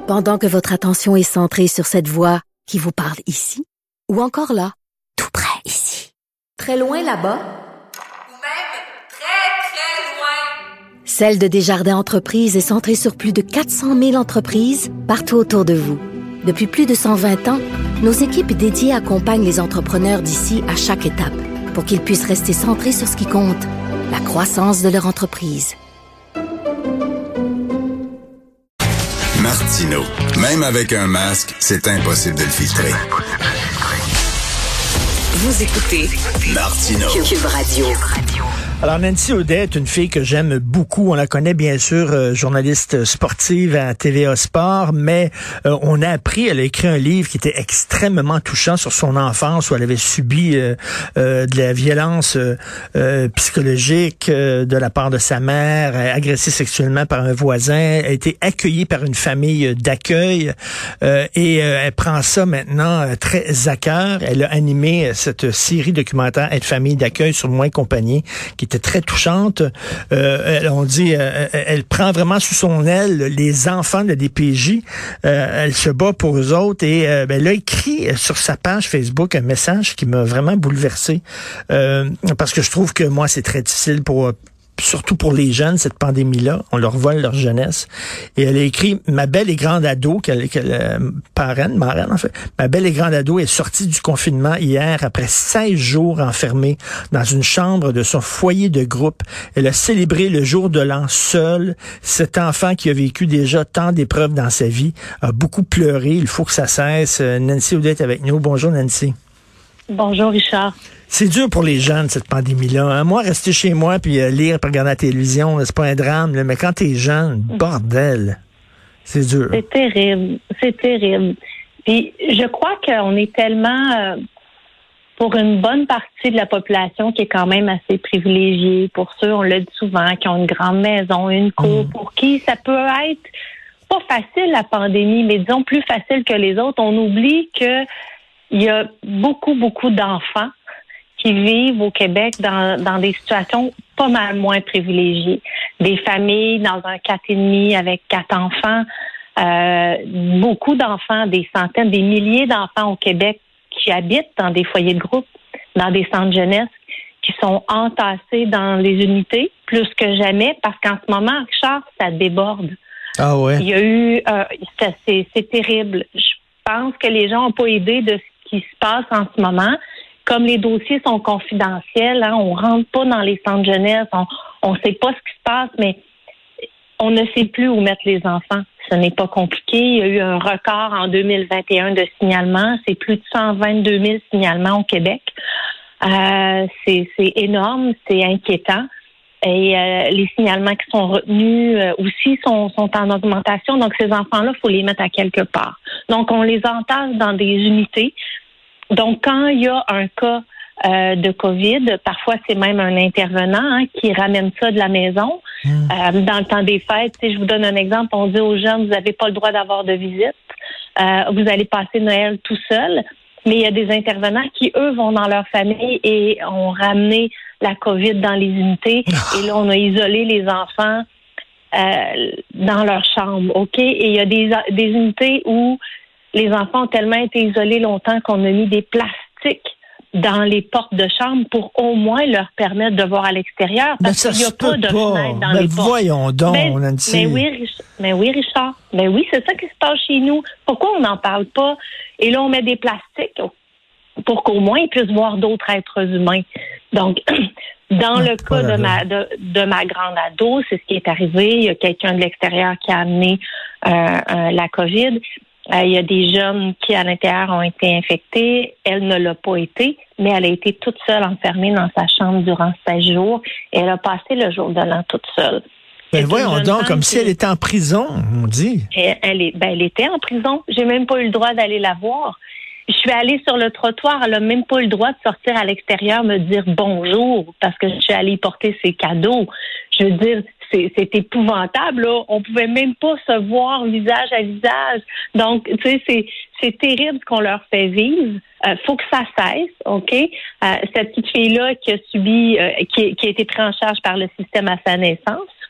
Pendant que votre attention est centrée sur cette voix qui vous parle ici, ou encore là, tout près ici, très loin là-bas, ou même très, très loin. Celle de Desjardins Entreprises est centrée sur plus de 400 000 entreprises partout autour de vous. Depuis plus de 120 ans, nos équipes dédiées accompagnent les entrepreneurs d'ici à chaque étape pour qu'ils puissent rester centrés sur ce qui compte, la croissance de leur entreprise. Martineau. Même avec un masque, c'est impossible de le filtrer. Vous écoutez Martineau. Cube Radio. Alors, Nancy Audet est une fille que j'aime beaucoup. On la connaît bien sûr, journaliste sportive à TVA Sport, mais on a appris, elle a écrit un livre qui était extrêmement touchant sur son enfance où elle avait subi de la violence psychologique de la part de sa mère, agressée sexuellement par un voisin, a été accueillie par une famille d'accueil et elle prend ça maintenant très à cœur. Elle a animé cette série documentaire Être famille d'accueil sur Moins Compagnie qui était très touchante. On dit, elle prend vraiment sous son aile les enfants de la DPJ. Elle se bat pour eux autres et elle a écrit sur sa page Facebook un message qui m'a vraiment bouleversé parce que je trouve que moi, c'est très difficile surtout pour les jeunes, cette pandémie-là. On leur vole leur jeunesse. Et elle a écrit « Ma belle et grande ado », marraine en fait, « Ma belle et grande ado est sortie du confinement hier après 16 jours enfermée dans une chambre de son foyer de groupe. Elle a célébré le jour de l'an seule. Cet enfant qui a vécu déjà tant d'épreuves dans sa vie a beaucoup pleuré. Il faut que ça cesse. » Nancy Audet est avec nous. Bonjour, Nancy. Bonjour, Richard. C'est dur pour les jeunes, cette pandémie-là. Hein? Moi, rester chez moi puis lire puis regarder la télévision, c'est pas un drame. Là, mais quand t'es jeune, bordel, c'est dur. C'est terrible. C'est terrible. Puis je crois qu'on est tellement, pour une bonne partie de la population qui est quand même assez privilégiée, pour ceux, on le dit souvent, qui ont une grande maison, une cour, pour qui ça peut être pas facile la pandémie, mais disons plus facile que les autres. On oublie que il y a beaucoup, beaucoup d'enfants qui vivent au Québec dans des situations pas mal moins privilégiées. Des familles dans un 4,5 avec 4 enfants, beaucoup d'enfants, des centaines, des milliers d'enfants au Québec qui habitent dans des foyers de groupe, dans des centres jeunesse, qui sont entassés dans les unités plus que jamais, parce qu'en ce moment, Richard, ça déborde. Ah ouais. Il y a eu, c'est terrible. Je pense que les gens n'ont pas idée de ce qui se passe en ce moment. Comme les dossiers sont confidentiels, hein, on rentre pas dans les centres jeunesse, on sait pas ce qui se passe, mais on ne sait plus où mettre les enfants. Ce n'est pas compliqué. Il y a eu un record en 2021 de signalements. C'est plus de 122 000 signalements au Québec. C'est énorme, c'est inquiétant. Et les signalements qui sont retenus aussi sont en augmentation. Donc, ces enfants-là, il faut les mettre à quelque part. Donc, on les entasse dans des unités. Donc, quand il y a un cas de COVID, parfois c'est même un intervenant qui ramène ça de la maison. Dans le temps des fêtes, je vous donne un exemple, on dit aux jeunes, vous n'avez pas le droit d'avoir de visite, vous allez passer Noël tout seul. Mais il y a des intervenants qui, eux, vont dans leur famille et ont ramené la COVID dans les unités. Et là, on a isolé les enfants dans leur chambre, OK? Et il y a des unités où les enfants ont tellement été isolés longtemps qu'on a mis des plastiques dans les portes de chambre pour au moins leur permettre de voir à l'extérieur. Parce qu'il n'y a pas de fenêtre dans les portes. Voyons donc, Nancy. Mais oui, Richard. Mais oui, c'est ça qui se passe chez nous. Pourquoi on n'en parle pas? Et là, on met des plastiques pour qu'au moins ils puissent voir d'autres êtres humains. Donc, dans le cas de ma grande ado, c'est ce qui est arrivé. Il y a quelqu'un de l'extérieur qui a amené la COVID. Il y a des jeunes qui, à l'intérieur, ont été infectés. Elle ne l'a pas été, mais elle a été toute seule enfermée dans sa chambre durant 16 jours. Et elle a passé le jour de l'an toute seule. Ben voyons donc, comme si elle était en prison, on dit. Elle était en prison. J'ai même pas eu le droit d'aller la voir. Je suis allée sur le trottoir. Elle a même pas eu le droit de sortir à l'extérieur, me dire bonjour, parce que je suis allée porter ses cadeaux. Je veux dire, c'est épouvantable, là. On pouvait même pas se voir visage à visage. Donc, tu sais, c'est terrible ce qu'on leur fait vivre. Faut que ça cesse, OK? Cette petite fille-là qui a subi, qui a été prise en charge par le système à sa naissance,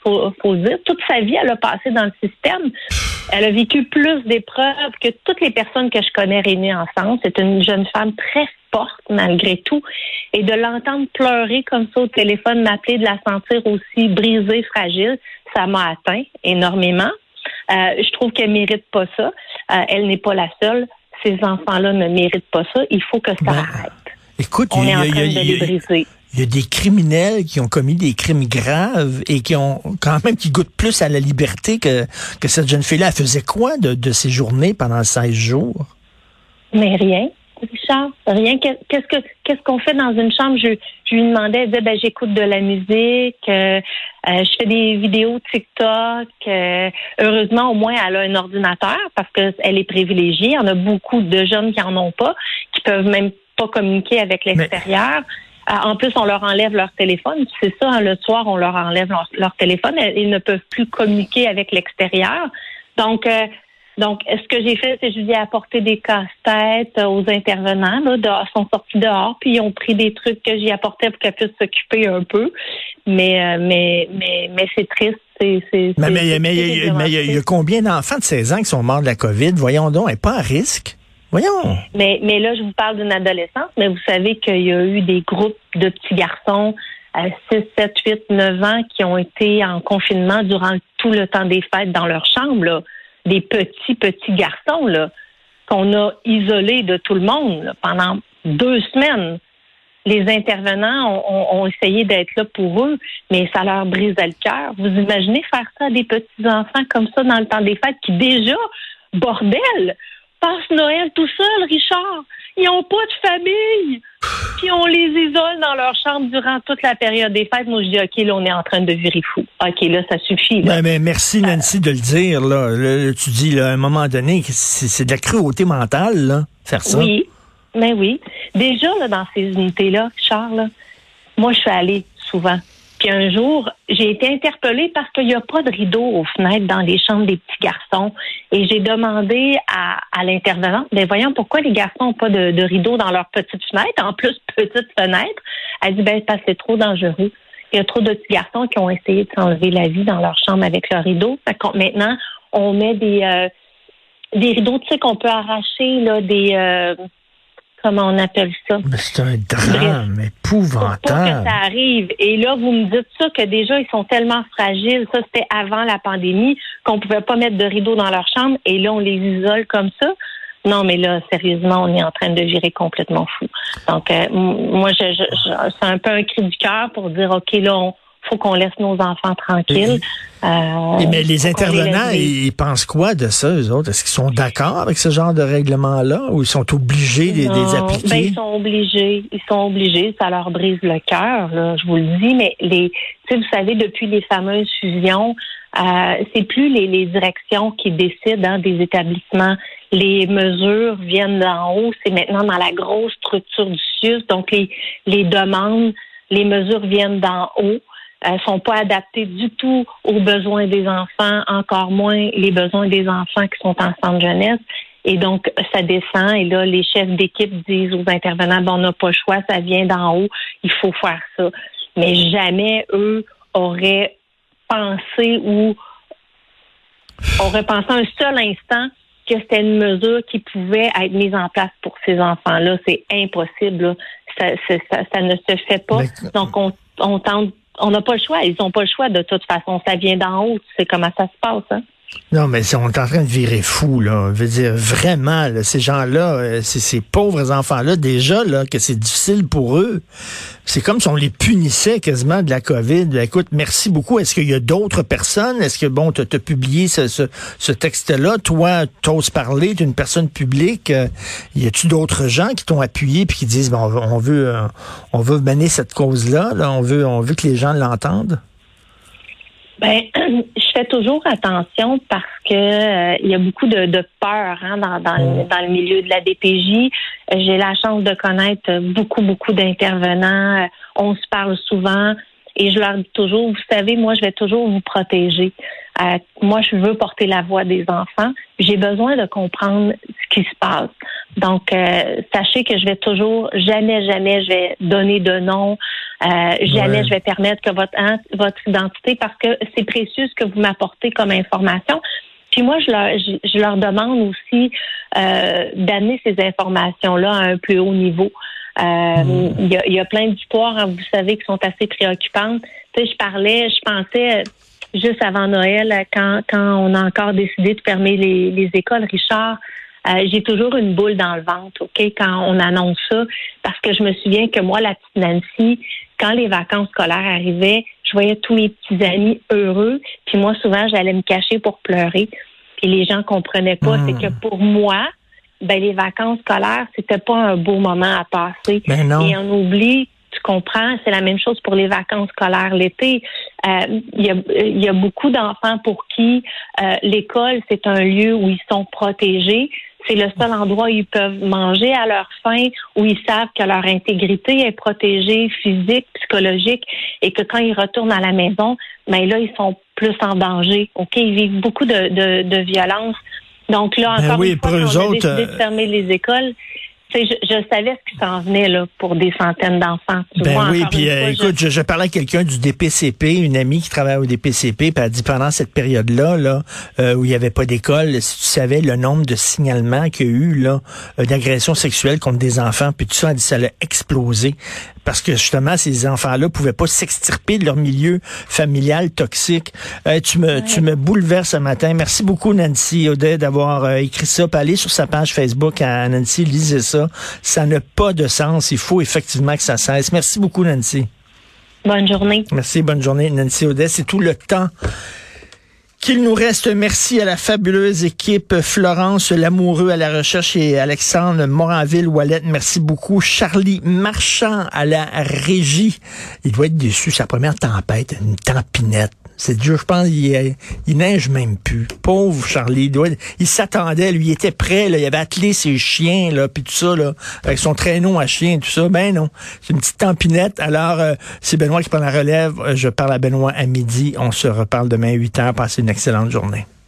faut le dire. Toute sa vie, elle a passé dans le système. Elle a vécu plus d'épreuves que toutes les personnes que je connais réunies ensemble. C'est une jeune femme très forte, malgré tout. Et de l'entendre pleurer comme ça au téléphone, m'appeler, de la sentir aussi brisée, fragile, ça m'a atteint énormément. Je trouve qu'elle mérite pas ça. Elle n'est pas la seule. Ces enfants-là ne méritent pas ça. Il faut que ça arrête. Écoute, on est en train de les briser. Il y a des criminels qui ont commis des crimes graves et qui goûtent plus à la liberté que cette jeune fille-là. Elle faisait quoi de ses journées pendant 16 jours? Mais rien, Richard. Rien. Qu'est-ce qu'on fait dans une chambre? Je lui demandais, elle disait, j'écoute de la musique, je fais des vidéos TikTok. Heureusement, au moins, elle a un ordinateur parce qu'elle est privilégiée. Il y en a beaucoup de jeunes qui en ont pas, qui peuvent même pas communiquer avec l'extérieur. En plus, on leur enlève leur téléphone. C'est ça, le soir, on leur enlève leur téléphone. Ils ne peuvent plus communiquer avec l'extérieur. Donc, ce que j'ai fait, c'est que je lui ai apporté des casse-têtes aux intervenants. Ils sont sortis dehors, puis ils ont pris des trucs que j'y apportais pour qu'elle puisse s'occuper un peu. Mais c'est triste. Mais il y a combien d'enfants de 16 ans qui sont morts de la COVID? Voyons donc, elle n'est pas à risque. Voyons. Mais là, je vous parle d'une adolescente, mais vous savez qu'il y a eu des groupes de petits garçons à 6, 7, 8, 9 ans qui ont été en confinement durant tout le temps des fêtes dans leur chambre, là. Des petits garçons, là, qu'on a isolés de tout le monde là, pendant 2 semaines. Les intervenants ont essayé d'être là pour eux, mais ça leur brisait le cœur. Vous imaginez faire ça à des petits-enfants comme ça dans le temps des fêtes qui déjà, bordel, passent Noël tout seuls, Richard. Ils n'ont pas de famille. Puis on les isole dans leur chambre durant toute la période des fêtes. Moi, je dis, OK, là, on est en train de virer fou. OK, là, ça suffit. Là. Mais merci, Nancy, de le dire. Là, tu dis, là, à un moment donné, c'est de la cruauté mentale, là, faire ça. Oui, mais oui. Déjà, là, dans ces unités-là, Charles, moi, je suis allée souvent. Puis un jour, j'ai été interpellée parce qu'il n'y a pas de rideau aux fenêtres dans les chambres des petits garçons. Et j'ai demandé à l'intervenante, voyons, pourquoi les garçons n'ont pas de rideau dans leurs petites fenêtres? En plus, petites fenêtres. Elle dit, parce que c'est trop dangereux. Il y a trop de petits garçons qui ont essayé de s'enlever la vie dans leur chambre avec leur rideau. Maintenant, on met des rideaux, tu sais, qu'on peut arracher, là, comment on appelle ça? Mais c'est un drame épouvantable. Pour pas que ça arrive. Et là, vous me dites ça, que déjà, ils sont tellement fragiles. Ça, c'était avant la pandémie, qu'on pouvait pas mettre de rideaux dans leur chambre. Et là, on les isole comme ça. Non, mais là, sérieusement, on est en train de virer complètement fou. Donc, moi, c'est un peu un cri du cœur pour dire, OK, là, faut qu'on laisse nos enfants tranquilles. Mais les intervenants, ils pensent quoi de ça, eux autres? Est-ce qu'ils sont d'accord avec ce genre de règlement-là ou ils sont obligés de les appliquer? Ils sont obligés. Ça leur brise le cœur, là, je vous le dis. Mais vous savez, depuis les fameuses fusions, c'est plus les directions qui décident des établissements. Les mesures viennent d'en haut. C'est maintenant dans la grosse structure du CIUS. Donc, les demandes, les mesures viennent d'en haut. Sont pas adaptées du tout aux besoins des enfants, encore moins les besoins des enfants qui sont en centre jeunesse. Et donc, ça descend. Et là, les chefs d'équipe disent aux intervenants, on n'a pas le choix, ça vient d'en haut, il faut faire ça. Mais jamais, eux, auraient pensé un seul instant que c'était une mesure qui pouvait être mise en place pour ces enfants-là. C'est impossible, là. Ça ne se fait pas. Donc, on tente. On n'a pas le choix. Ils n'ont pas le choix de toute façon. Ça vient d'en haut. Tu sais comment ça se passe, hein? Non, mais on est en train de virer fou, là. Je veux dire, vraiment, là, ces gens-là, ces pauvres enfants-là, déjà, là, que c'est difficile pour eux. C'est comme si on les punissait quasiment de la COVID. Écoute, merci beaucoup. Est-ce qu'il y a d'autres personnes? Est-ce que, t'as publié ce texte-là? Toi, t'oses parler, t'es une personne publique. Y a-tu d'autres gens qui t'ont appuyé puis qui disent, on veut mener cette cause-là, là. On veut que les gens l'entendent? Je fais toujours attention parce que il y a beaucoup de peur dans le milieu de la DPJ. J'ai la chance de connaître beaucoup d'intervenants. On se parle souvent et je leur dis toujours, vous savez, moi, je vais toujours vous protéger. Moi, je veux porter la voix des enfants. J'ai besoin de comprendre ce qui se passe. Donc, sachez que je vais toujours, jamais je vais donner de nom, jamais je vais permettre que votre identité, parce que c'est précieux ce que vous m'apportez comme information. Puis moi, je leur demande aussi d'amener ces informations-là à un plus haut niveau. Il y a plein d'histoires, hein, vous savez, qui sont assez préoccupantes. Tu sais, je pensais juste avant Noël, quand on a encore décidé de fermer les écoles, Richard, j'ai toujours une boule dans le ventre, OK, quand on annonce ça, parce que je me souviens que moi, la petite Nancy, quand les vacances scolaires arrivaient, je voyais tous mes petits amis heureux, puis moi, souvent, j'allais me cacher pour pleurer. Puis les gens comprenaient pas, c'est que pour moi, les vacances scolaires, c'était pas un beau moment à passer. Ben non. Et on oublie, tu comprends, c'est la même chose pour les vacances scolaires l'été. Il y a beaucoup d'enfants pour qui l'école, c'est un lieu où ils sont protégés. C'est le seul endroit où ils peuvent manger à leur faim, où ils savent que leur intégrité est protégée, physique, psychologique, et que quand ils retournent à la maison, là, ils sont plus en danger. OK, ils vivent beaucoup de violence. Donc là, encore une fois, on a décidé de fermer les écoles. Je savais ce qui s'en venait là pour des centaines d'enfants. Puis écoute, je parlais à quelqu'un du DPCP, une amie qui travaille au DPCP, puis elle dit pendant cette période-là, où il n'y avait pas d'école, si tu savais le nombre de signalements qu'il y a eu là d'agressions sexuelles contre des enfants, puis tout ça, elle dit ça a explosé. Parce que justement, ces enfants-là pouvaient pas s'extirper de leur milieu familial toxique. Tu me bouleverses ce matin. Merci beaucoup, Nancy Audet, d'avoir écrit ça. Puis allez sur sa page Facebook à Nancy, lisez ça. Ça n'a pas de sens. Il faut effectivement que ça cesse. Merci beaucoup, Nancy. Bonne journée. Merci, bonne journée, Nancy Audet. C'est tout le temps qu'il nous reste. Merci à la fabuleuse équipe. Florence Lamoureux à la recherche et Alexandre Moranville-Ouellette. Merci beaucoup. Charlie Marchand à la régie. Il doit être déçu. Sa première tempête, une tempinette. C'est dur, je pense, il neige même plus. Pauvre Charlie, il s'attendait, lui, il était prêt, là, il avait attelé ses chiens, là, puis tout ça, là, avec son traîneau à chien, tout ça. Ben non, c'est une petite tempinette. Alors, c'est Benoît qui prend la relève. Je parle à Benoît à midi. On se reparle demain à 8h. Passez une excellente journée.